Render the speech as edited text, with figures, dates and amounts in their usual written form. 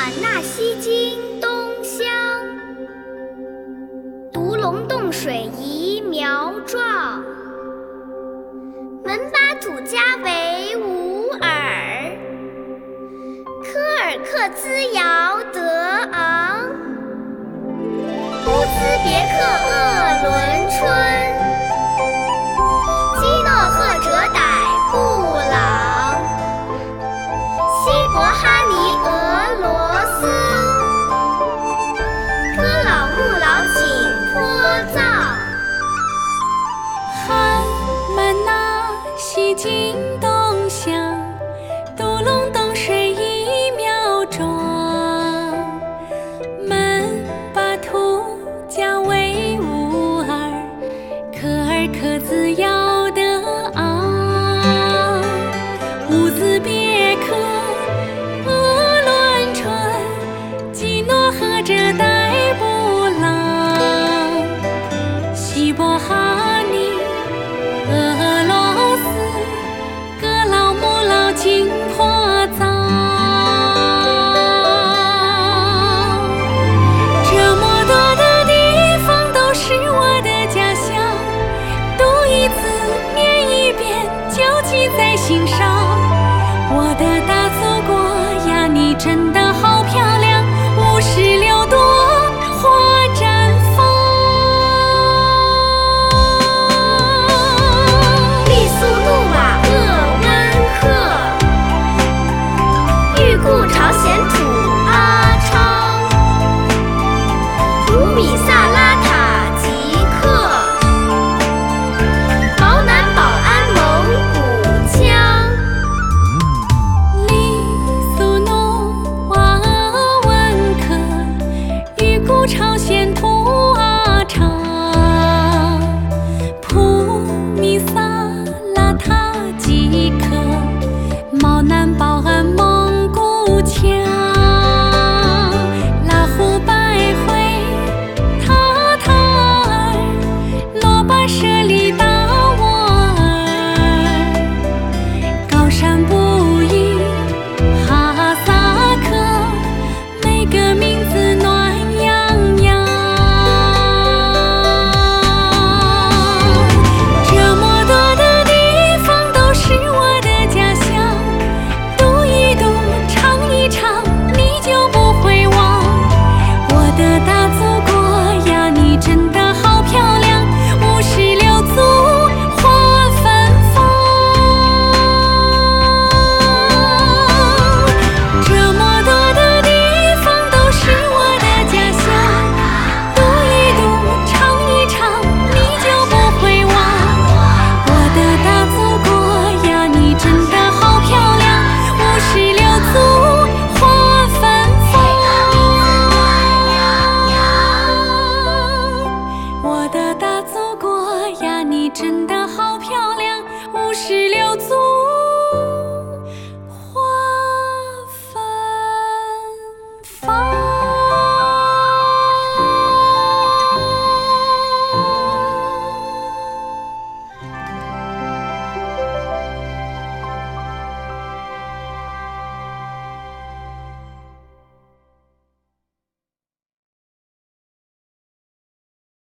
纳西经东乡，独龙洞水移苗壮。门巴土家为吾尔，科尔克孜遥得昂。乌兹别克鄂伦春，基诺赫哲傣布朗。西伯哈尼俄罗斯，哥老木老景颇藏。 汉满纳西经东乡，独龙洞水移苗壮。门巴土家为吾尔，科尔克孜遥得昂。乌兹别克鄂伦春，基诺赫哲傣布朗。西伯哈尼俄罗斯，哥老木老景颇藏。这么多的地方都是我的家乡，读一次念一遍就记在心上。我的大祖国呀，你真的好漂亮，56朵花绽放。 利苏努瓦鄂温克，预故朝鲜土阿昌。鲁米萨拉塔吉克，毛南保安蒙古羌。 利苏努瓦鄂温克，预故朝鲜土阿昌。普米萨拉塔吉克，毛南保安蒙古羌。拉祜拜会塔塔尔，罗巴舍里达斡尔。高山不一哈萨克，每个名字暖洋洋。这么多的地方都是我的家乡，读一读唱一唱你就不会忘。我的大祖国呀，你真的好漂亮，56族花芬芳。这么多的地方都是我的家乡，读一读唱一唱你就不会忘。我的大祖国呀，你真的好漂亮，56族花芬芳。我的大祖国呀，你真的好漂亮，56族